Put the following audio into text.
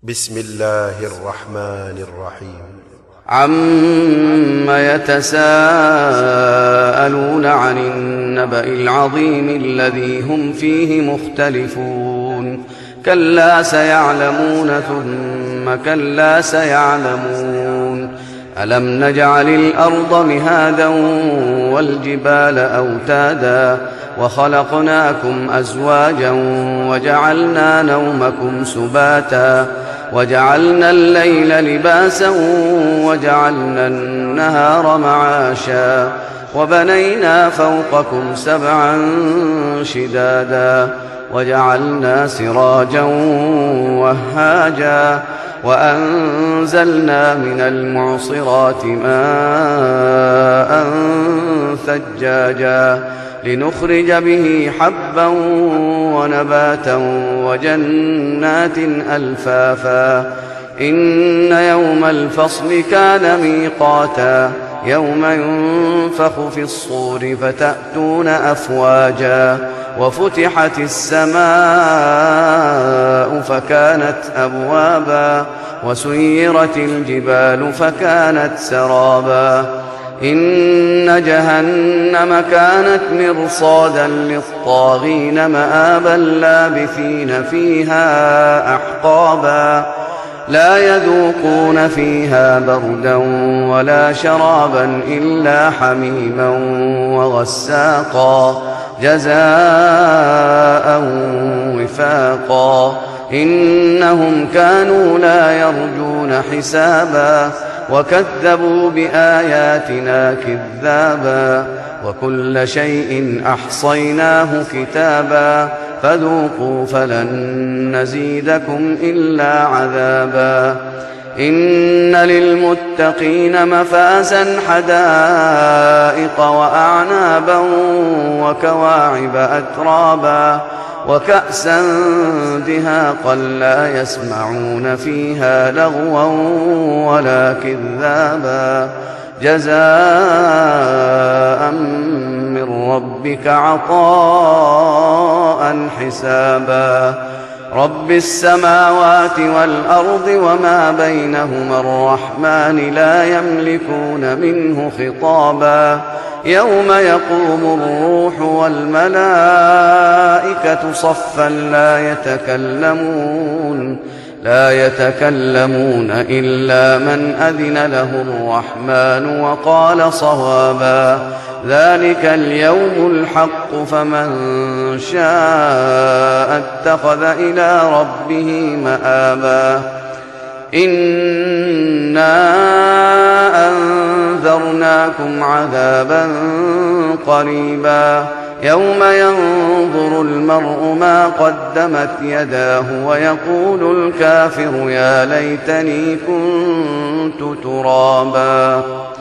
بسم الله الرحمن الرحيم. عم يتساءلون عن النبأ العظيم الذي هم فيه مختلفون كلا سيعلمون ثم كلا سيعلمون ألم نجعل الأرض مهادا والجبال أوتادا وخلقناكم أزواجا وجعلنا نومكم سباتا وجعلنا الليل لباسا وجعلنا النهار معاشا وبنينا فوقكم سبعا شدادا وجعلنا سراجا وهاجا وأنزلنا من المعصرات ماء ثجاجا لنخرج به حبا ونباتا وجنات ألفافا إن يوم الفصل كان ميقاتا يوم ينفخ في الصور فتأتون أفواجا وفتحت السماء فكانت أبوابا وسيرت الجبال فكانت سرابا إن جهنم كانت مرصادا للطاغين مآبا لابثين فيها أحقابا لا يذوقون فيها بردا ولا شرابا إلا حميما وغساقا جزاء وفاقا إنهم كانوا لا يرجون حسابا وكذبوا بآياتنا كذابا وكل شيء أحصيناه كتابا فذوقوا فلن نزيدكم إلا عذابا إن للمتقين مفازا حدائق وأعنابا وكواعب أترابا وكأسا دهاقا لا يسمعون فيها لغوا ولا كذابا جزاء من ربك عطاء حسابا رب السماوات والأرض وما بينهما الرحمن لا يملكون منه خطابا يوم يقوم الروح والملائكة صفا لا يتكلمون إلا من أذن له الرحمن وقال صوابا ذلك اليوم الحق فمن شاء اتخذ إلى ربه مآبا إنا أنذرناكم عذابا قريبا يوم ينظر المرء ما قدمت يداه ويقول الكافر يا ليتني كنت ترابا